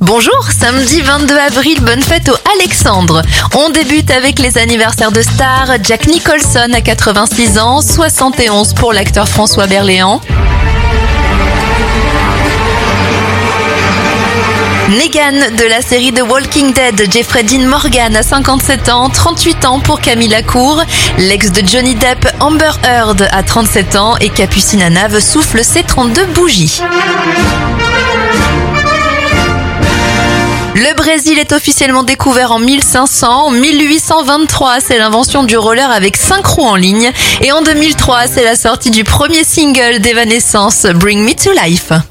Bonjour, samedi 22 avril, bonne fête au Alexandre. On débute avec les anniversaires de stars. Jack Nicholson a 86 ans, 71 pour l'acteur François Berléand. Negan de la série The Walking Dead, Jeffrey Dean Morgan a 57 ans, 38 ans pour Camilla Cour. L'ex de Johnny Depp, Amber Heard, a 37 ans et Capucine Anave souffle ses 32 bougies. Le Brésil est officiellement découvert en 1500. En 1823, c'est l'invention du roller avec 5 roues en ligne. Et en 2003, c'est la sortie du premier single d'Evanescence, Bring Me to Life.